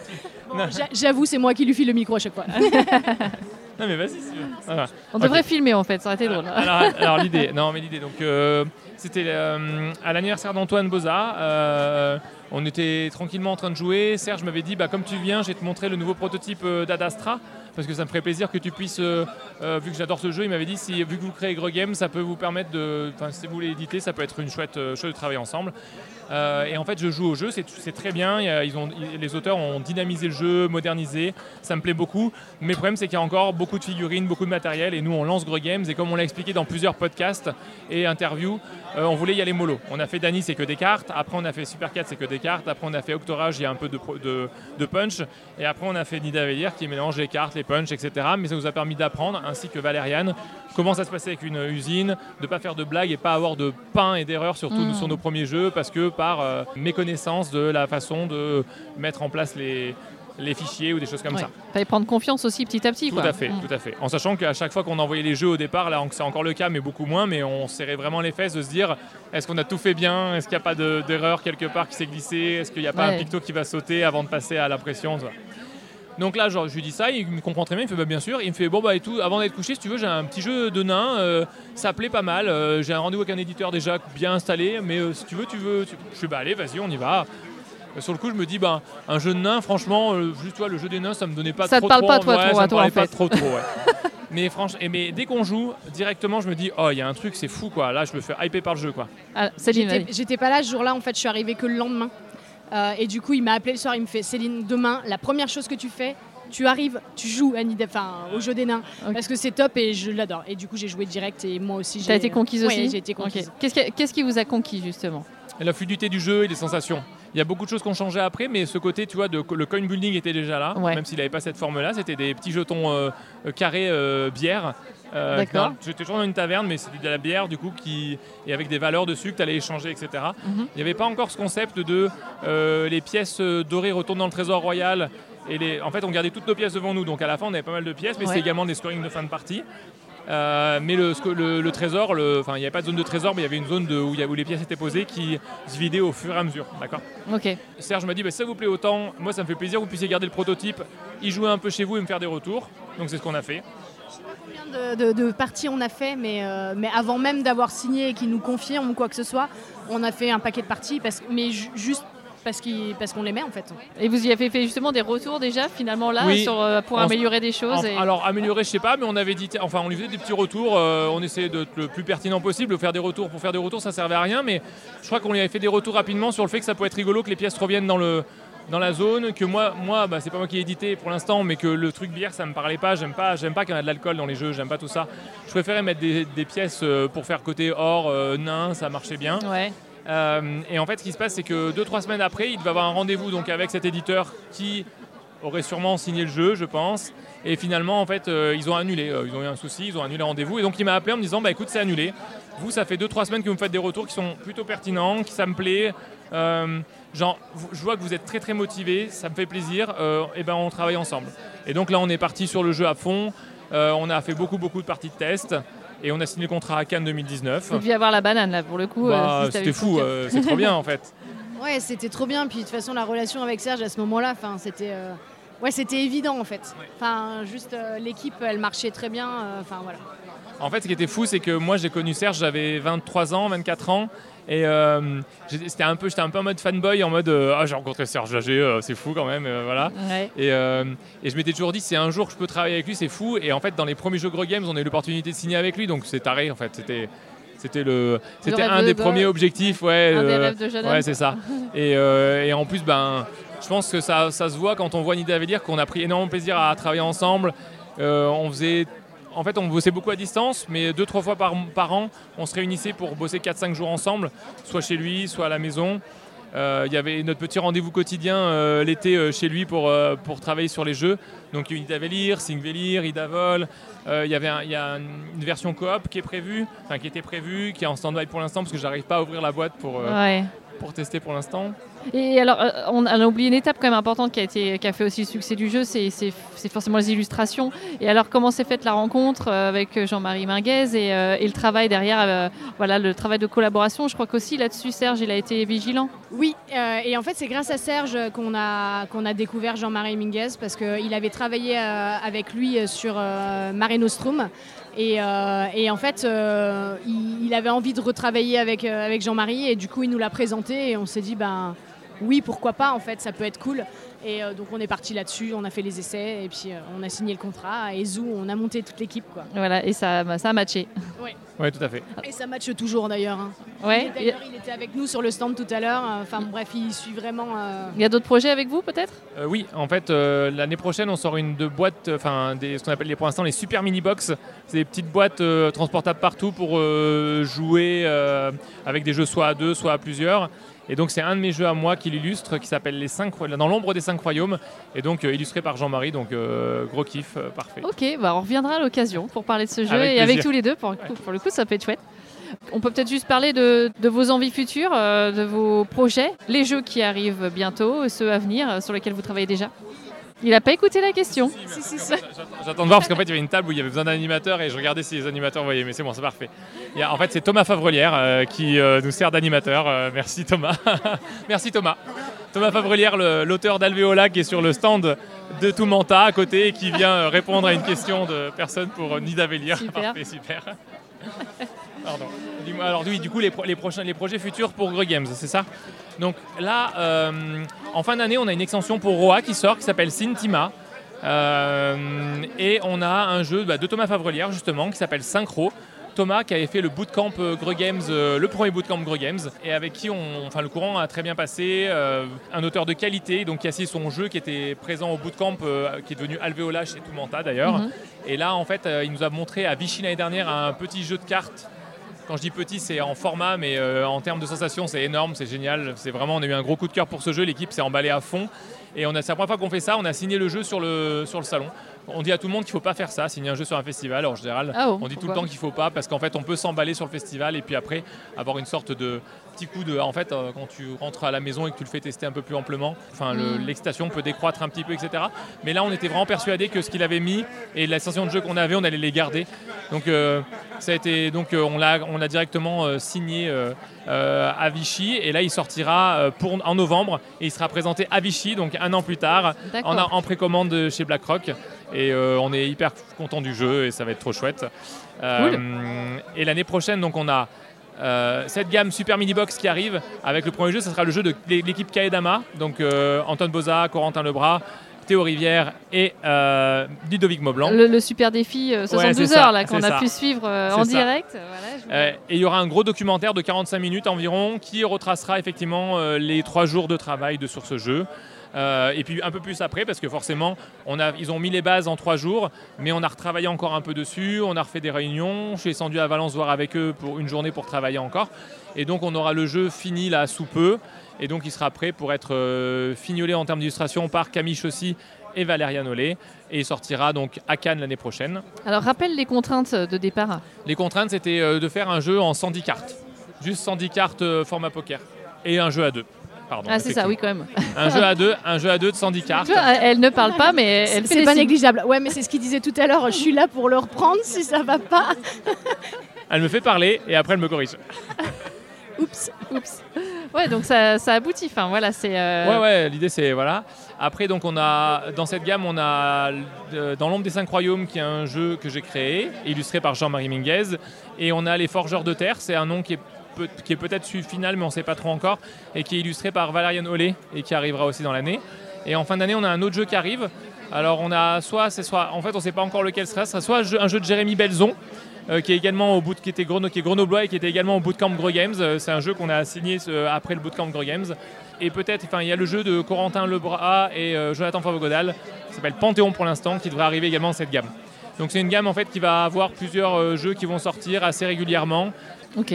J'a- J'avoue, c'est moi qui lui file le micro à chaque fois. Non mais vas-y. Si tu veux. Voilà. On Ok. devrait filmer en fait, ça aurait été drôle. Alors, alors, l'idée, non mais l'idée, donc euh, c'était euh, à l'anniversaire d'Antoine Boza. Euh, on était tranquillement en train de jouer. Serge m'avait dit, bah comme tu viens, je vais te montrer le nouveau prototype euh, d'Adastra parce que ça me ferait plaisir que tu puisses, euh, euh, vu que j'adore ce jeu, il m'avait dit si vu que vous créez Greg Games, ça peut vous permettre de, enfin si vous voulez l'éditer, ça peut être une chouette euh, chose de travailler ensemble. Euh, et en fait, je joue au jeu, c'est, c'est très bien. Il y a- ils ont, ils- les auteurs ont dynamisé le jeu, modernisé. Ça me plaît beaucoup. Mais le problème, c'est qu'il y a encore beaucoup de figurines, beaucoup de matériel. Et nous, on lance Greg Games. Et comme on l'a expliqué dans plusieurs podcasts et interviews, euh, on voulait y aller mollo. On a fait Dany, c'est que des cartes. Après, on a fait Super quatre, c'est que des cartes. Après, on a fait Octorage, il y a un peu de, pro- de, de punch. Et après, on a fait Nid d'Avenir qui mélange les cartes, les punch, et cetera. Mais ça nous a permis d'apprendre, ainsi que Valériane, comment ça se passait avec une usine, de ne pas faire de blagues et pas avoir de pain et d'erreurs, surtout Mm. sur nos premiers jeux, parce que par euh, méconnaissance de la façon de mettre en place les, les fichiers ou des choses comme Ouais. ça. Fallait prendre confiance aussi petit à petit. Tout quoi. à fait, Mm. tout à fait. En sachant qu'à chaque fois qu'on envoyait les jeux au départ, là c'est encore le cas, mais beaucoup moins, mais on serrait vraiment les fesses de se dire est-ce qu'on a tout fait bien, est-ce qu'il n'y a pas de- d'erreur quelque part qui s'est glissée, est-ce qu'il n'y a pas Ouais. un picto qui va sauter avant de passer à la pression, ça. Donc là, genre, je lui dis ça, il me comprend très bien, il me fait bah, bien sûr. Il me fait bon, bah, et tout, avant d'être couché, si tu veux, j'ai un petit jeu de nains, euh, ça plaît pas mal. euh, j'ai un rendez-vous avec un éditeur déjà bien installé, mais euh, si tu veux, tu veux. Tu... Je fais bah, allez, vas-y, on y va. Euh, Sur le coup, je me dis, bah, un jeu de nains, franchement, euh, juste toi, le jeu des nains, ça me donnait pas Ça te trop parle trop. pas, toi, ouais, trop, ça à me toi, parlait en pas fait. trop, trop, ouais. Mais franchement, et mais dès qu'on joue, directement, je me dis, oh, il y a un truc, c'est fou, quoi. Là, je me fais hyper par le jeu, quoi. Ah, Céline, J'étais, vas-y. j'étais pas là ce jour-là, en fait, je suis arrivée que le lendemain. Euh, et du coup, il m'a appelé le soir, il me fait Céline, demain, la première chose que tu fais, tu arrives, tu joues à Nid- enfin, au jeu des nains. Ok. Parce que c'est top et je l'adore. Et du coup, j'ai joué direct et moi aussi, j'ai. T'as été conquise Ouais, aussi. j'ai été conquise. Ok. Qu'est-ce qui, qu'est-ce qui vous a conquis justement? Et la fluidité du jeu et les sensations. Il y a beaucoup de choses qui ont changé après, mais ce côté, tu vois, de, le coin building était déjà là, Ouais. même s'il n'avait pas cette forme-là. C'était des petits jetons euh, euh, carrés euh, bière. Euh, D'accord. dans- J'étais toujours dans une taverne, mais c'était de la bière, du coup, qui, et avec des valeurs dessus que tu allais échanger, et cetera. Mhm. Il n'y avait pas encore ce concept de euh, les pièces euh, dorées retournent dans le trésor royal. Et les... En fait, on gardait toutes nos pièces devant nous, donc à la fin, on avait pas mal de pièces, mais Ouais. c'était également des scorings de fin de partie. Euh, mais le, sco- le, le trésor, le- enfin il n'y avait pas de zone de trésor, mais il y avait une zone de, où, il y a- où les pièces étaient posées qui se vidaient au fur et à mesure. D'accord. Ok. Serge m'a dit bah, si ça vous plaît autant, moi ça me fait plaisir que vous puissiez garder le prototype, y jouer un peu chez vous et me faire des retours. Donc c'est ce qu'on a fait. Combien de, de, de parties on a fait, mais, euh, mais avant même d'avoir signé et qu'ils nous confirment ou quoi que ce soit, on a fait un paquet de parties, parce, mais ju- juste parce, qu'il- parce qu'on l'aimait en fait. Et vous y avez fait justement des retours déjà finalement là Oui. sur, euh, pour On- améliorer des choses. En- et... Alors améliorer, je sais pas, mais on avait dit, enfin on lui faisait des petits retours, euh, on essayait d'être le plus pertinent possible, faire des retours pour faire des retours, ça servait à rien, mais je crois qu'on lui avait fait des retours rapidement sur le fait que ça peut être rigolo que les pièces reviennent dans le dans la zone, que moi, moi bah, c'est pas moi qui ai édité pour l'instant, mais que le truc bière ça me parlait pas, j'aime pas, j'aime pas qu'il y en a de l'alcool dans les jeux, j'aime pas tout ça. Je préférais mettre des, des pièces euh, pour faire côté or, euh, nain, ça marchait bien. Ouais. Euh, et en fait, ce qui se passe, c'est que deux trois semaines après, il devait avoir un rendez-vous donc avec cet éditeur qui aurait sûrement signé le jeu, je pense. Et finalement, en fait, euh, ils ont annulé. Euh, ils ont eu un souci, ils ont annulé le rendez-vous. Et donc, il m'a appelé en me disant, bah écoute, c'est annulé. Vous, ça fait deux trois semaines que vous me faites des retours qui sont plutôt pertinents, qui ça me plaît. Euh, genre, vous- je vois que vous êtes très très motivés, ça me fait plaisir. Euh, et ben, on travaille ensemble. Et donc là, on est parti sur le jeu à fond. Euh, on a fait beaucoup beaucoup de parties de test. Et on a signé le contrat à Cannes deux mille dix-neuf. Vous deviez avoir la banane là pour le coup. Bah, euh, si t'avais c'était eu fou, le euh, c'est trop bien en fait. Ouais, c'était trop bien. Puis de toute façon, la relation avec Serge à ce moment-là, enfin, c'était, euh, ouais, c'était évident en fait. Enfin, juste euh, l'équipe, elle marchait très bien. euh, Enfin voilà. En fait, ce qui était fou, c'est que moi, j'ai connu Serge, j'avais vingt-trois ans, vingt-quatre ans. Et euh, c'était un peu, j'étais un peu en mode fanboy, en mode euh, ah, j'ai rencontré Serge Lager, euh, c'est fou quand même, euh, voilà. Ouais. Et, euh, et je m'étais toujours dit, si un jour je peux travailler avec lui, c'est fou. Et en fait, dans les premiers jeux Gros Games, on a eu l'opportunité de signer avec lui, donc c'est taré en fait. C'était, c'était le, c'était rêve un de des gosse. premiers objectifs, ouais. Un des euh, rêves de jeune homme. ouais, c'est ça. Et, euh, et en plus, ben, je pense que ça, ça se voit quand on voit Nidavellir qu'on a pris énormément de plaisir à travailler ensemble. Euh, on faisait En fait, on bossait beaucoup à distance, mais deux, trois fois par, par an, on se réunissait pour bosser quatre cinq jours ensemble, soit chez lui, soit à la maison. Euh, il y avait notre petit rendez-vous quotidien euh, l'été euh, chez lui pour, euh, pour travailler sur les jeux. Donc il y a eu Nidavellir, Singvellir, Idavol. Euh, il y avait un, il y a une version coop qui est prévue, enfin qui était prévue, qui est en stand-by pour l'instant parce que j'arrive pas à ouvrir la boîte pour, euh, Ouais. pour tester pour l'instant. Et alors, euh, on a oublié une étape quand même importante qui a, été, qui a fait aussi le succès du jeu, c'est, c'est, c'est forcément les illustrations. Et alors, comment s'est faite la rencontre euh, avec Jean-Marie Minguez et, euh, et le travail derrière, euh, voilà, le travail de collaboration. Je crois qu'aussi là-dessus, Serge, il a été vigilant. Oui, euh, et en fait, c'est grâce à Serge qu'on a, qu'on a découvert Jean-Marie Minguez parce qu'il avait travaillé euh, avec lui sur euh, Mare Nostrum. Et, euh, et en fait, euh, il, il avait envie de retravailler avec, euh, avec Jean-Marie et du coup, il nous l'a présenté et on s'est dit, ben oui, pourquoi pas, en fait, ça peut être cool. Et euh, donc, on est parti là-dessus, on a fait les essais et puis euh, on a signé le contrat. Et zou, on a monté toute l'équipe, quoi. Voilà, et ça, ça a matché. Ouais. Oui, tout à fait. Et ça matche toujours d'ailleurs. Hein. Ouais. Et d'ailleurs, il était avec nous sur le stand tout à l'heure. Enfin bref, il suit vraiment. Euh... Il y a d'autres projets avec vous, peut-être ? Euh, oui, en fait, euh, l'année prochaine, on sort une de boîtes, enfin, ce qu'on appelle les, pour l'instant les super mini box. C'est des petites boîtes euh, transportables partout pour euh, jouer euh, avec des jeux soit à deux, soit à plusieurs. Et donc, c'est un de mes jeux à moi qui l'illustre, qui s'appelle les cinq, Dans l'ombre des cinq royaumes, et donc euh, illustré par Jean-Marie. Donc, euh, gros kiff, euh, parfait. Ok, bah on reviendra à l'occasion pour parler de ce jeu Avec et plaisir. avec tous les deux. Pour, le coup, pour le coup, ça peut être chouette. On peut peut-être juste parler de, de vos envies futures, euh, de vos projets, les jeux qui arrivent bientôt, ceux à venir, euh, sur lesquels vous travaillez déjà. Il n'a pas écouté la question. Si, si, si. J'attends de voir parce qu'en fait il y avait une table où il y avait besoin d'animateurs et je regardais si les animateurs voyaient, mais c'est bon, c'est parfait. Il y a, en fait c'est Thomas Favrelière euh, qui euh, nous sert d'animateur. Euh, merci Thomas. Merci Thomas. Thomas Favrelière, le, l'auteur d'Alvéola qui est sur le stand de Toumanta à côté et qui vient euh, répondre à une question de personne pour euh, Nidavellir. Super. Parfait, super. Pardon. Dis-moi, alors oui, du coup les, pro- les, prochains, les projets futurs pour Gros Games, c'est ça ? Donc là, euh, en fin d'année, on a une extension pour Roa qui sort, qui s'appelle Sintima. Euh, et on a un jeu bah, de Thomas Favrelière, justement, qui s'appelle Synchro. Thomas qui avait fait le bootcamp euh, Gros Games, euh, le premier bootcamp Gros Games, et avec qui on, enfin, le courant a très bien passé. Euh, un auteur de qualité, donc qui a signé son jeu, qui était présent au bootcamp, euh, qui est devenu Alvéola chez Toumanta d'ailleurs. Mm-hmm. Et là, en fait, euh, il nous a montré à Vichy l'année dernière un petit jeu de cartes. Quand je dis petit, c'est en format, mais euh, en termes de sensations, c'est énorme, c'est génial. C'est vraiment, on a eu un gros coup de cœur pour ce jeu. L'équipe s'est emballée à fond. Et on a, c'est la première fois qu'on fait ça. On a signé le jeu sur le, sur le salon. On dit à tout le monde qu'il ne faut pas faire ça, signer un jeu sur un festival. En général, ah oh, on dit pourquoi ? tout le temps qu'il ne faut pas parce qu'en fait, on peut s'emballer sur le festival et puis après avoir une sorte de petit coup de. En fait, euh, quand tu rentres à la maison et que tu le fais tester un peu plus amplement, enfin, le, mm. l'excitation peut décroître un petit peu, et cetera. Mais là, on était vraiment persuadés que ce qu'il avait mis et la sensation de jeu qu'on avait, on allait les garder. Donc, euh, ça a été, donc euh, on l'a, on l'a directement euh, signé euh, euh, à Vichy et là, il sortira euh, pour, en novembre et il sera présenté à Vichy, donc un an plus tard, en, en précommande chez BlackRock. Et euh, on est hyper content du jeu et ça va être trop chouette. Euh, cool. Et l'année prochaine, donc on a euh, cette gamme Super Mini Box qui arrive avec le premier jeu. Ce sera le jeu de l'équipe Kaedama, donc euh, Antoine Boza, Corentin Lebras, Théo Rivière et euh, Ludovic Maublanc. Le, le super défi euh, soixante-douze ouais, heures là, qu'on a ça. pu suivre euh, en ça. direct. Voilà, je... euh, et il y aura un gros documentaire de quarante-cinq minutes environ qui retracera effectivement euh, les trois jours de travail de, sur ce jeu. Euh, et puis un peu plus après parce que forcément on a, ils ont mis les bases en trois jours mais on a retravaillé encore un peu dessus, on a refait des réunions, je suis descendu à Valence voir avec eux pour une journée pour travailler encore et donc on aura le jeu fini là sous peu et donc il sera prêt pour être euh, fignolé en termes d'illustration par Camille Chaussy et Valériane Ollet et il sortira donc à Cannes l'année prochaine. Alors rappelle les contraintes de départ. Les contraintes c'était euh, de faire un jeu en cent dix cartes, juste cent dix cartes euh, format poker et un jeu à deux. Pardon, ah c'est ça, oui quand même. Un jeu à deux, un jeu à deux de cent dix cartes. Elle ne parle pas, mais elle c'est pas négligeable. Ouais, mais c'est ce qu'il disait tout à l'heure. Je suis là pour le reprendre si ça va pas. Elle me fait parler et après elle me corrige. Oups. Oups. Ouais, donc ça, ça aboutit. Enfin, voilà, c'est. Euh... Ouais, ouais. L'idée, c'est voilà. Après, donc, on a dans cette gamme, on a euh, Dans l'ombre des cinq royaumes, qui est un jeu que j'ai créé, illustré par Jean-Marie Minguez, et on a Les Forgeurs de Terre. C'est un nom qui est peut, qui est peut-être final, mais on ne sait pas trop encore, et qui est illustré par Valériane Ollet et qui arrivera aussi dans l'année. Et en fin d'année, on a un autre jeu qui arrive. Alors, on a soit, c'est soit, en fait, on ne sait pas encore lequel ce sera. Ce sera soit un jeu, un jeu de Jérémy Belzon. Euh, qui est également au bout de, qui était Greno, qui est grenoblois et qui était également au Bootcamp Gros Games. Euh, c'est un jeu qu'on a signé euh, après le Bootcamp Gros Games. Et peut-être, enfin, il y a le jeu de Corentin Lebras et euh, Jonathan Favre-Godal, qui s'appelle Panthéon pour l'instant, qui devrait arriver également dans cette gamme. Donc c'est une gamme en fait qui va avoir plusieurs euh, jeux qui vont sortir assez régulièrement. Ok.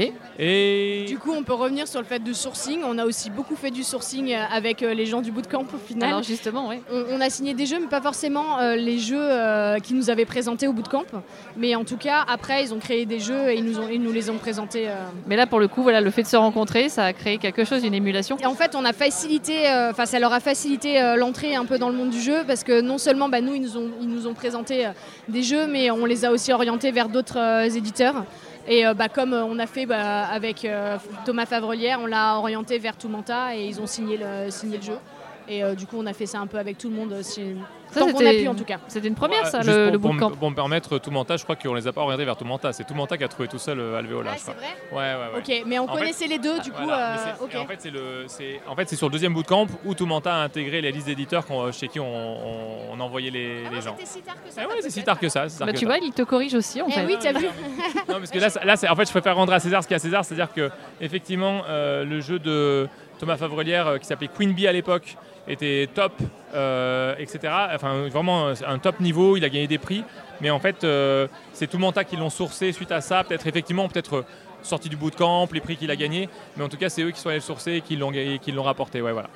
Et du coup, on peut revenir sur le fait de sourcing. On a aussi beaucoup fait du sourcing avec les gens du bootcamp au final. Alors justement, oui. On, on a signé des jeux, mais pas forcément euh, les jeux euh, qu'ils nous avaient présentés au bootcamp. Mais en tout cas, après, ils ont créé des jeux et ils nous, ont, ils nous les ont présentés. Euh... Mais là, pour le coup, voilà, le fait de se rencontrer, ça a créé quelque chose, une émulation. Et en fait, on a facilité, enfin, euh, ça leur a facilité euh, l'entrée un peu dans le monde du jeu, parce que non seulement, bah, nous, ils nous ont, ils nous ont présenté euh, des jeux, mais on les a aussi orientés vers d'autres euh, éditeurs. Et euh, bah, comme on a fait bah, avec euh, Thomas Favrelière, on l'a orienté vers Toumanta et ils ont signé le, signé le jeu. Et euh, du coup, on a fait ça un peu avec tout le monde, si, ça, tant qu'on a pu en tout cas. C'était une première, ça, ouais, le, pour, le bootcamp. Pour, pour me permettre, Toumanta, je crois qu'on les a pas orientés vers Toumanta. C'est Toumanta qui a trouvé tout seul euh, Alvéola. Ah, je crois. c'est vrai. Ouais, ouais, ouais. Ok, mais on en connaissait fait, les deux, du coup. Voilà, euh, okay. En fait, c'est le, c'est, en fait, c'est sur le deuxième bootcamp où Toumanta a intégré les listes d'éditeurs chez qui on, on, on envoyait les, ah les gens. C'était si tard que ça. Ah ouais, c'est si tard que ça. Bah, que tu ça. vois, il te corrige aussi en eh fait. Oui, t'as vu. Non, parce que là, là c'est, en fait, je préfère rendre à César ce qu'il y a à César, c'est-à-dire que effectivement, euh, le jeu de Thomas Favrelière euh, qui s'appelait Queen Bee à l'époque était top, euh, et cetera. Enfin, vraiment un top niveau. Il a gagné des prix, mais en fait, euh, c'est Toumanta qui l'ont sourcé suite à ça. Peut-être effectivement, peut-être sorti du bootcamp, les prix qu'il a gagnés, mais en tout cas, c'est eux qui sont allés le sourcer et qui l'ont, qui l'ont rapporté. Ouais, voilà.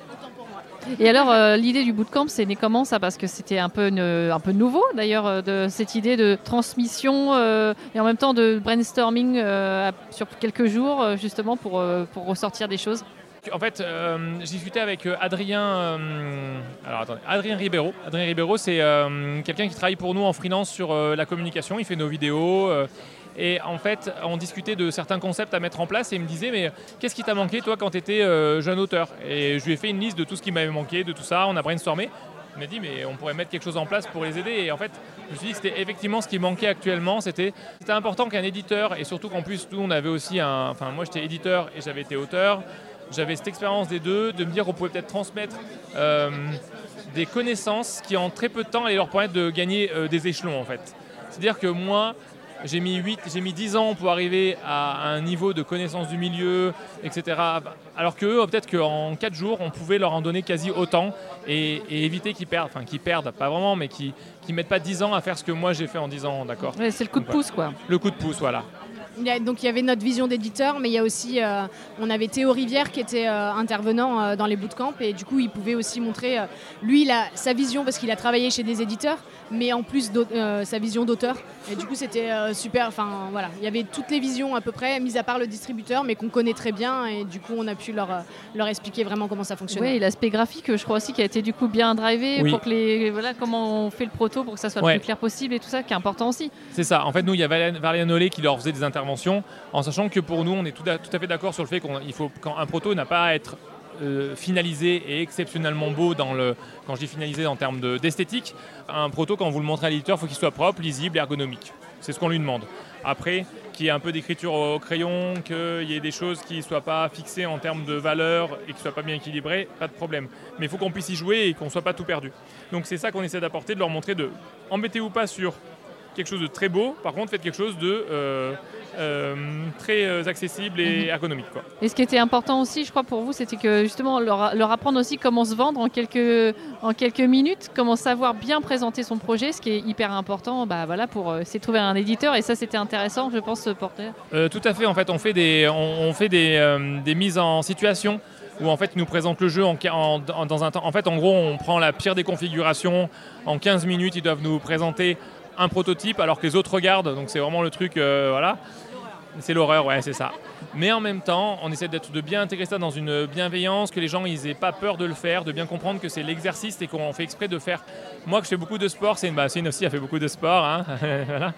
Et alors, euh, l'idée du bootcamp, c'est né comment ça? Parce que c'était un peu, une, un peu nouveau d'ailleurs, euh, de cette idée de transmission euh, et en même temps de brainstorming euh, sur quelques jours, euh, justement pour, euh, pour ressortir des choses. En fait, euh, j'ai discuté avec Adrien, euh, alors attendez, Adrien Ribeiro. Adrien Ribeiro, c'est euh, quelqu'un qui travaille pour nous en freelance sur euh, la communication. Il fait nos vidéos. Euh, et en fait, on discutait de certains concepts à mettre en place et il me disait, mais qu'est-ce qui t'a manqué, toi, quand tu étais euh, jeune auteur? Et je lui ai fait une liste de tout ce qui m'avait manqué, de tout ça. On a brainstormé. Il m'a dit, mais on pourrait mettre quelque chose en place pour les aider. Et en fait, je me suis dit que c'était effectivement ce qui manquait actuellement. C'était, c'était important qu'un éditeur, et surtout qu'en plus, nous, on avait aussi un... Enfin, moi, j'étais éditeur et j'avais été auteur. J'avais cette expérience des deux, de me dire qu'on pouvait peut-être transmettre euh, des connaissances qui, en très peu de temps, allaient leur permettre de gagner euh, des échelons, en fait. C'est-à-dire que moi, j'ai mis, huit, j'ai mis dix ans pour arriver à un niveau de connaissance du milieu, et cetera. Alors qu'eux, peut-être qu'en quatre jours, on pouvait leur en donner quasi autant et, et éviter qu'ils perdent, enfin qu'ils perdent, pas vraiment, mais qu'ils ne mettent pas dix ans à faire ce que moi j'ai fait en dix ans, d'accord. Ouais, c'est le coup de pouce, quoi. Le coup de pouce, voilà. Il y a, donc il y avait notre vision d'éditeur, mais il y a aussi, euh, on avait Théo Rivière qui était euh, intervenant euh, dans les bootcamps et du coup il pouvait aussi montrer, euh, lui il a sa vision parce qu'il a travaillé chez des éditeurs, mais en plus euh, sa vision d'auteur. Et du coup c'était euh, super, enfin voilà, il y avait toutes les visions à peu près, mis à part le distributeur, mais qu'on connaît très bien et du coup on a pu leur, leur expliquer vraiment comment ça fonctionnait. Oui, et l'aspect graphique, je crois aussi, qui a été du coup bien drivé oui. pour que les, voilà, comment on fait le proto pour que ça soit ouais. le plus clair possible et tout ça, qui est important aussi. C'est ça, en fait nous il y a Valériane Ollet qui leur faisait des interventions, en sachant que pour nous, on est tout à, tout à fait d'accord sur le fait qu'il faut, quand un proto n'a pas à être euh, finalisé et exceptionnellement beau, dans le, quand je dis finalisé en termes de, d'esthétique, un proto, quand vous le montrez à l'éditeur, il faut qu'il soit propre, lisible et ergonomique. C'est ce qu'on lui demande. Après, qu'il y ait un peu d'écriture au crayon, qu'il y ait des choses qui ne soient pas fixées en termes de valeur et qui ne soient pas bien équilibrées, pas de problème. Mais il faut qu'on puisse y jouer et qu'on ne soit pas tout perdu. Donc c'est ça qu'on essaie d'apporter, de leur montrer de embêtez-vous pas sur quelque chose de très beau, par contre faites quelque chose de euh, euh, très euh, accessible et mmh. ergonomique, quoi. Et ce qui était important aussi, je crois, pour vous, c'était que justement leur, leur apprendre aussi comment se vendre en quelques, en quelques minutes, comment savoir bien présenter son projet, ce qui est hyper important bah, voilà, pour euh, essayer de trouver un éditeur, et ça c'était intéressant, je pense, porter. Euh, tout à fait, en fait on fait des, on, on fait des, euh, des mises en situation où en fait ils nous présentent le jeu en, en, dans un temps. En fait en gros on prend la pire des configurations, en quinze minutes ils doivent nous présenter un prototype alors que les autres regardent, donc c'est vraiment le truc, euh, voilà, c'est l'horreur, ouais, c'est ça. Mais en même temps, on essaie d'être, de bien intégrer ça dans une bienveillance, que les gens ils aient pas peur de le faire, de bien comprendre que c'est l'exercice et qu'on fait exprès de faire. Moi, que je fais beaucoup de sport, c'est une, bah, c'est une aussi, elle fait beaucoup de sport, hein, voilà.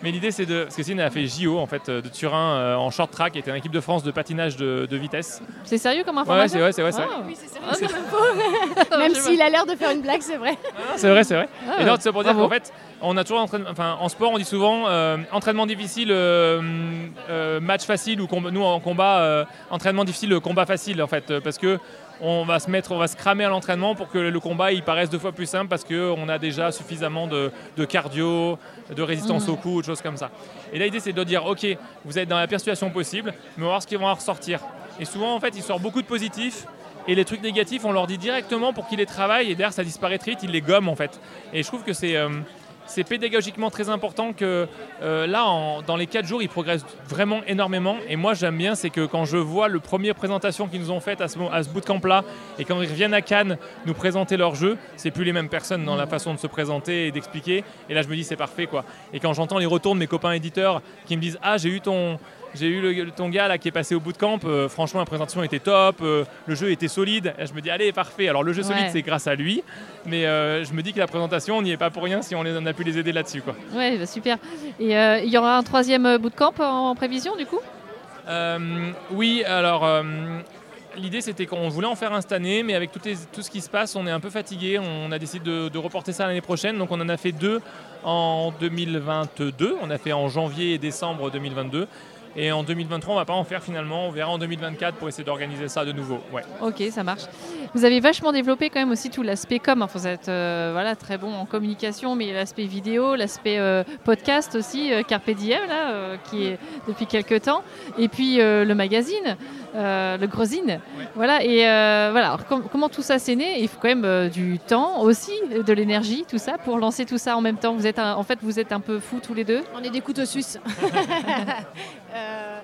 Mais l'idée, c'est de... Parce que Céline a fait J O en fait, de Turin euh, en short track, qui était une équipe de France de patinage de, de vitesse. C'est sérieux comme information? Ouais, c'est vrai, c'est vrai. Oh. Oui, c'est sérieux, c'est faux. Même s'il a l'air de faire une blague, c'est vrai. C'est vrai, c'est vrai. Ah, et non, c'est pour dire bravo. qu'en fait, on a toujours entraînement, enfin, en sport, on dit souvent euh, entraînement difficile, euh, euh, match facile, ou comb- nous en combat, euh, entraînement difficile, combat facile en fait, euh, parce que on va se mettre, on va se cramer à l'entraînement pour que le combat il paraisse deux fois plus simple parce qu'on a déjà suffisamment de, de cardio, de résistance mmh. au coup, de choses comme ça. Et là l'idée c'est de dire ok, vous êtes dans la pire situation possible, mais on va voir ce qu'ils vont en ressortir. Et souvent en fait il sort beaucoup de positifs. Et les trucs négatifs, on leur dit directement pour qu'ils les travaillent et derrière ça disparaît très vite, ils les gomment en fait. Et je trouve que c'est, euh, c'est pédagogiquement très important que euh, là, en, dans les quatre jours, ils progressent vraiment énormément. Et moi, j'aime bien, c'est que quand je vois le première présentation qu'ils nous ont faite à ce, à ce bootcamp-là, et quand ils reviennent à Cannes nous présenter leur jeu, c'est plus les mêmes personnes dans la façon de se présenter et d'expliquer. Et là, je me dis, c'est parfait, quoi. Et quand j'entends les retours de mes copains éditeurs qui me disent, ah, j'ai eu ton... J'ai eu le, ton gars là, qui est passé au bootcamp, euh, franchement la présentation était top, euh, le jeu était solide. Et je me dis allez parfait, alors le jeu ouais. solide c'est grâce à lui, mais euh, je me dis que la présentation on n'y est pas pour rien si on, les, on a pu les aider là-dessus. Quoi. Ouais, bah, super. Et euh, il y aura un troisième bootcamp en, en prévision du coup euh, Oui, alors euh, l'idée c'était qu'on voulait en faire un cette année, mais avec tout, les, tout ce qui se passe on est un peu fatigué, on a décidé de, de reporter ça l'année prochaine, donc on en a fait deux en deux mille vingt-deux, on a fait en janvier et décembre deux mille vingt-deux. Et en deux mille vingt-trois, on ne va pas en faire finalement. On verra en deux mille vingt-quatre pour essayer d'organiser ça de nouveau. Ouais. Ok, ça marche. Vous avez vachement développé quand même aussi tout l'aspect com. Enfin, vous êtes euh, voilà, très bon en communication, mais l'aspect vidéo, l'aspect euh, podcast aussi, euh, Carpe Diem, là, euh, qui est depuis quelques temps. Et puis euh, le magazine, euh, le Grosine. Ouais. Voilà. Et euh, voilà. Alors, com- comment tout ça s'est né? Il faut quand même euh, du temps aussi, de l'énergie, tout ça, pour lancer tout ça en même temps. Vous êtes un, en fait, vous êtes un peu fous tous les deux. On est des couteaux suisses. Euh...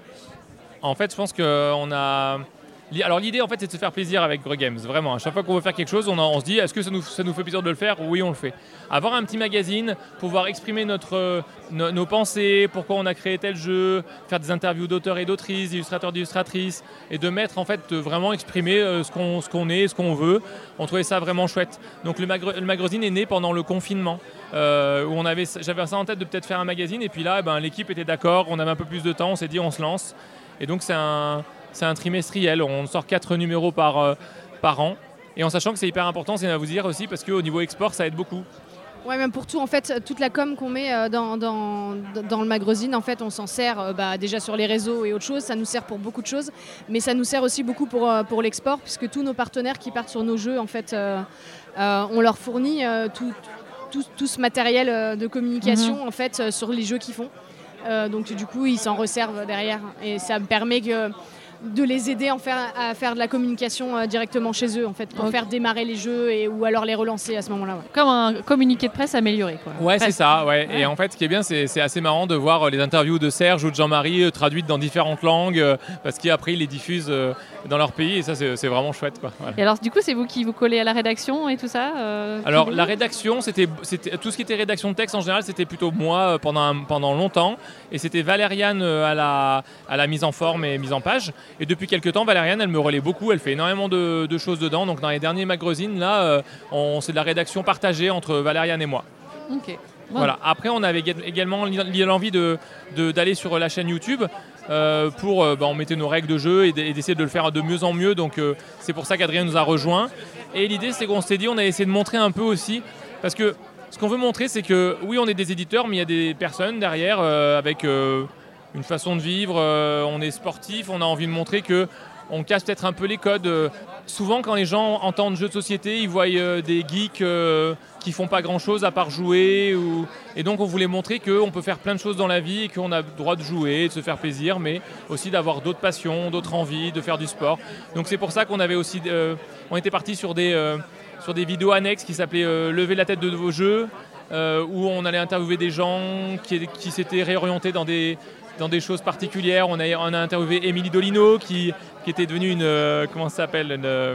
En fait, je pense qu'on a... Alors l'idée, en fait, c'est de se faire plaisir avec Greg Games. Vraiment, à chaque fois qu'on veut faire quelque chose, on, a, on se dit, est-ce que ça nous, ça nous fait plaisir de le faire? Oui, on le fait. Avoir un petit magazine, pouvoir exprimer notre, nos, nos pensées, pourquoi on a créé tel jeu, faire des interviews d'auteurs et d'autrices, d'illustrateurs, d'illustratrices, et de mettre, en fait, de vraiment exprimer euh, ce, qu'on, ce qu'on est, ce qu'on veut. On trouvait ça vraiment chouette. Donc le, magre, le magazine est né pendant le confinement. Euh, où on avait, j'avais ça en tête de peut-être faire un magazine, et puis là, eh ben, l'équipe était d'accord, on avait un peu plus de temps, on s'est dit, on se lance. Et donc c'est un... C'est un trimestriel, on sort quatre numéros par, euh, par an. Et en sachant que c'est hyper important, c'est à vous dire aussi, parce qu'au niveau export, ça aide beaucoup. Ouais, même pour tout, en fait, toute la com qu'on met euh, dans, dans, dans le magazine, en fait, on s'en sert euh, bah, déjà sur les réseaux et autre chose. Ça nous sert pour beaucoup de choses, mais ça nous sert aussi beaucoup pour, euh, pour l'export, puisque tous nos partenaires qui partent sur nos jeux, en fait, euh, euh, on leur fournit euh, tout, tout, tout ce matériel euh, de communication, mmh. en fait, euh, sur les jeux qu'ils font. Euh, donc, du coup, ils s'en resservent derrière. Et ça me permet que... de les aider en faire, à faire de la communication euh, directement chez eux, en fait, pour okay. faire démarrer les jeux et, ou alors les relancer à ce moment-là. Ouais. Comme un communiqué de presse amélioré, quoi. Ouais, Presque. c'est ça. Ouais. Ouais. Et en fait, ce qui est bien, c'est, c'est assez marrant de voir les interviews de Serge ou de Jean-Marie euh, traduites dans différentes langues, euh, parce qu'après, ils les diffusent euh, dans leur pays, et ça, c'est, c'est vraiment chouette, quoi. Voilà. Et alors, du coup, c'est vous qui vous collez à la rédaction et tout ça euh, Alors, la rédaction, c'était, c'était, tout ce qui était rédaction de texte, en général, c'était plutôt moi pendant, un, pendant longtemps, et c'était Valériane à la, à la mise en forme et mise en page. Et depuis quelques temps, Valériane, elle me relaie beaucoup, elle fait énormément de, de choses dedans. Donc dans les derniers magazines, là, euh, on, c'est de la rédaction partagée entre Valériane et moi. Ok. Wow. Voilà. Après, on avait également l'envie de, de, d'aller sur la chaîne YouTube euh, pour, euh, bah, on mettait nos règles de jeu et d'essayer de le faire de mieux en mieux. Donc euh, c'est pour ça qu'Adrien nous a rejoints. Et l'idée, c'est qu'on s'est dit, on a essayé de montrer un peu aussi, parce que ce qu'on veut montrer, c'est que oui, on est des éditeurs, mais il y a des personnes derrière euh, avec euh, une façon de vivre. Euh, on est sportif, on a envie de montrer que on casse peut-être un peu les codes. Euh, souvent, quand les gens entendent jeux de société, ils voient euh, des geeks euh, qui font pas grand-chose à part jouer. Ou... Et donc, on voulait montrer qu'on peut faire plein de choses dans la vie et qu'on a le droit de jouer, de se faire plaisir, mais aussi d'avoir d'autres passions, d'autres envies, de faire du sport. Donc, c'est pour ça qu'on avait aussi, euh, on était parti sur des, euh, sur des vidéos annexes qui s'appelaient euh, « Levez la tête de vos jeux euh, », où on allait interviewer des gens qui, qui s'étaient réorientés dans des... dans des choses particulières. On a, on a interviewé Émilie Dolino qui, qui était devenue une, euh, comment ça s'appelle, une euh,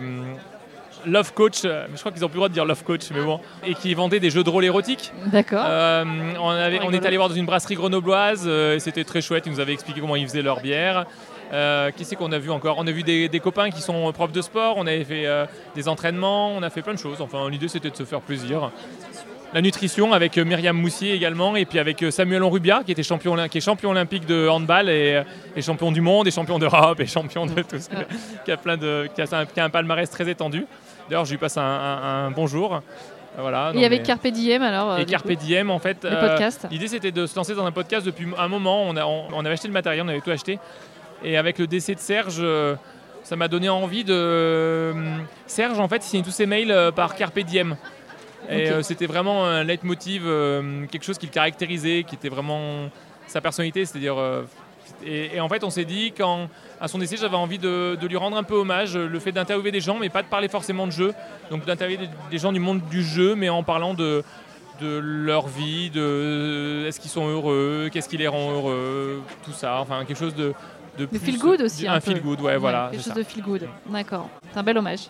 love coach, je crois qu'ils n'ont plus le droit de dire love coach, mais bon, et qui vendait des jeux de rôle érotiques. D'accord. Euh, on, avait, on est allé voir dans une brasserie grenobloise, euh, et c'était très chouette, ils nous avaient expliqué comment ils faisaient leur bière. Euh, qui c'est qu'on a vu encore? On a vu des, des copains qui sont profs de sport, on avait fait euh, des entraînements, on a fait plein de choses. Enfin, l'idée c'était de se faire plaisir. la nutrition avec Myriam Moussier également, et puis avec Samuel Onrubia qui était champion, qui est champion olympique de handball et, et champion du monde et champion d'Europe et champion de tout ce que, qui a plein de, qui a, un, qui a un palmarès très étendu. D'ailleurs, je lui passe un, un, un bonjour. Voilà, et avec mais... Carpe Diem alors Et Carpe Diem en fait. Les euh, podcasts. L'idée c'était de se lancer dans un podcast depuis un moment. On, a, on, on avait acheté le matériel, on avait tout acheté. Et avec le décès de Serge, euh, ça m'a donné envie de. Euh, Serge en fait il signe tous ses mails euh, par Carpe Diem. Et okay. euh, c'était vraiment un leitmotiv, euh, quelque chose qui le caractérisait, qui était vraiment sa personnalité. C'est-à-dire, euh, et, et en fait, on s'est dit, quand, à son décès, j'avais envie de, de lui rendre un peu hommage, le fait d'interviewer des gens, mais pas de parler forcément de jeu. Donc d'interviewer des, des gens du monde du jeu, mais en parlant de, de leur vie, de est-ce qu'ils sont heureux, qu'est-ce qui les rend heureux, tout ça. Enfin, quelque chose de... De, de feel good aussi. Un, un feel good, ouais, ouais voilà. Quelque chose ça. de feel good. D'accord. C'est un bel hommage.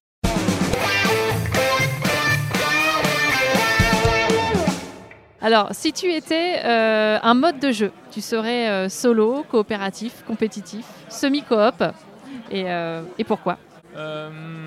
Alors, si tu étais euh, un mode de jeu, tu serais euh, solo, coopératif, compétitif, semi-coop, et, euh, et pourquoi euh...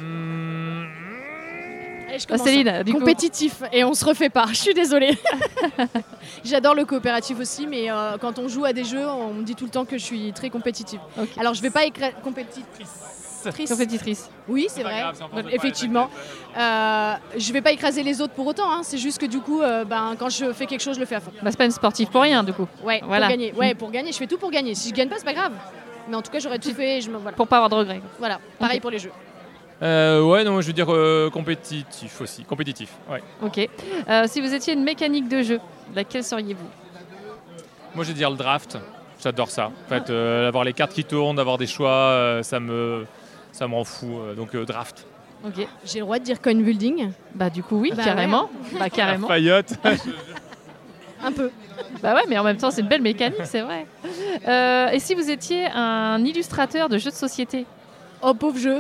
Allez, je commence. Céline, du compétitif, coup. Et on se refait pas, je suis désolée. J'adore le coopératif aussi, mais euh, quand on joue à des jeux, on me dit tout le temps que je suis très compétitive. Okay. Alors, je vais pas écrire compétitrice. Compétitrice. Oui, c'est, c'est vrai, grave, c'est effectivement. Euh, je vais pas écraser les autres pour autant, hein. C'est juste que du coup, euh, ben, quand je fais quelque chose, je le fais à fond. Bah, c'est pas une sportive pour rien, du coup. Ouais, voilà. Pour gagner. Ouais, pour gagner, je fais tout pour gagner. Si je gagne pas, c'est pas grave. Mais en tout cas, j'aurais tout fait. Je me, voilà. Pour pas avoir de regrets. Voilà, pareil okay. pour les jeux. Euh, ouais, non, je veux dire euh, compétitif aussi. Compétitif, ouais. Ok. Euh, si vous étiez une mécanique de jeu, laquelle seriez-vous ? Moi, je vais dire le draft. J'adore ça. En fait, euh, avoir les cartes qui tournent, avoir des choix, euh, ça me. Ça me rend fou, donc euh, draft. Ok. J'ai le droit de dire coin building ? Bah du coup oui, bah, carrément. Ouais. Bah carrément. Fayotte. Un peu. Bah ouais, mais en même temps c'est une belle mécanique, c'est vrai. Euh, et si vous étiez un illustrateur de jeux de société ? Oh pauvre jeu.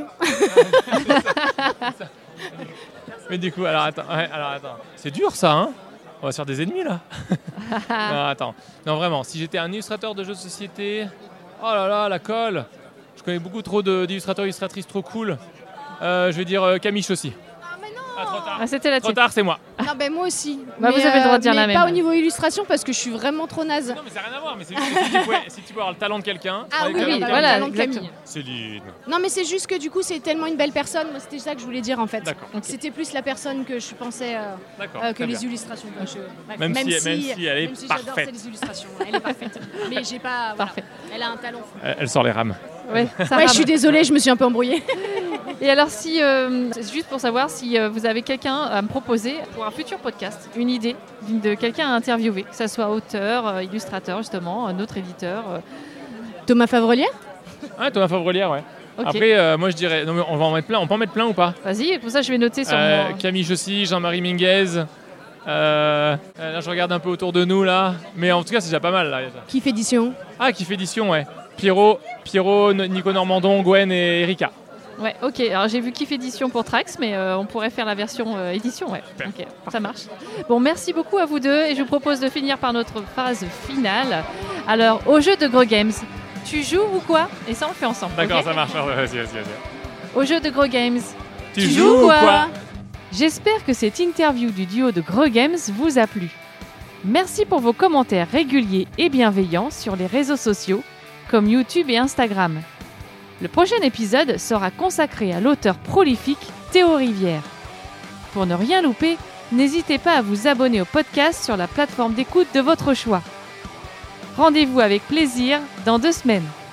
Mais du coup, alors attends, ouais, alors attends, c'est dur ça, hein ? On va se faire des ennemis là. Non attends, non vraiment, si j'étais un illustrateur de jeux de société, oh là là, la colle. Je connais beaucoup trop de, d'illustrateurs, illustratrices trop cool. Euh, je vais dire euh, Camille aussi. Ah mais non ah, trop tard. Ah, c'était la trop tard, c'est moi. Non, ben moi aussi. Bah, mais vous avez le droit de dire euh, la même. Pas au niveau illustration parce que je suis vraiment trop naze. Non mais ça n'a rien à voir. Mais c'est juste que si tu pouvais, si tu pouvais avoir le talent de quelqu'un. Ah oui, oui, bah, voilà, le talent de Camille. Céline. Non mais c'est juste que du coup c'est tellement une belle personne. Moi c'était ça que je voulais dire en fait. D'accord. Okay. C'était plus la personne que je pensais euh, euh, que les bien. illustrations. Quoi. Je, bref, même, même, si, si, même si elle est même si parfaite. J'adore ces illustrations. Elle est parfaite. Mais j'ai pas. Voilà, elle a un talent. Elle, elle sort les rames. Ouais, ça ouais je suis désolée, je me suis un peu embrouillée. Et alors, si, euh, juste pour savoir si euh, vous avez quelqu'un à me proposer pour un futur podcast, une idée de quelqu'un à interviewer, que ce soit auteur, euh, illustrateur justement, un autre éditeur. Euh... Thomas Favrelière ? Ouais, Thomas Favrelière, ouais. Okay. Après, euh, moi je dirais, non, mais on va en mettre plein. On peut en mettre plein ou pas ? Vas-y, pour ça je vais noter sur euh, mon... Camille Chaussy, Jean-Marie Minguez. Euh, là, je regarde un peu autour de nous là, mais en tout cas c'est déjà pas mal là. Kiff Édition. Ah, Kiff Édition, ouais. Pierrot, Pierrot, Nico Normandon, Gwen et Erika. Ouais, ok. Alors j'ai vu Kiff Édition pour Trax, mais euh, on pourrait faire la version euh, édition, ouais. Super. Ok, ça marche. Bon, merci beaucoup à vous deux et je vous propose de finir par notre phase finale. Alors, au jeu de Gros Games, tu joues ou quoi ? Et ça, on le fait ensemble. D'accord, okay ? Ça marche. Vas-y, vas-y, vas-y. Au jeu de Gros Games, tu, tu joues ou quoi, quoi ? J'espère que cette interview du duo de Gros Games vous a plu. Merci pour vos commentaires réguliers et bienveillants sur les réseaux sociaux, comme YouTube et Instagram. Le prochain épisode sera consacré à l'auteur prolifique Théo Rivière. Pour ne rien louper, n'hésitez pas à vous abonner au podcast sur la plateforme d'écoute de votre choix. Rendez-vous avec plaisir dans deux semaines.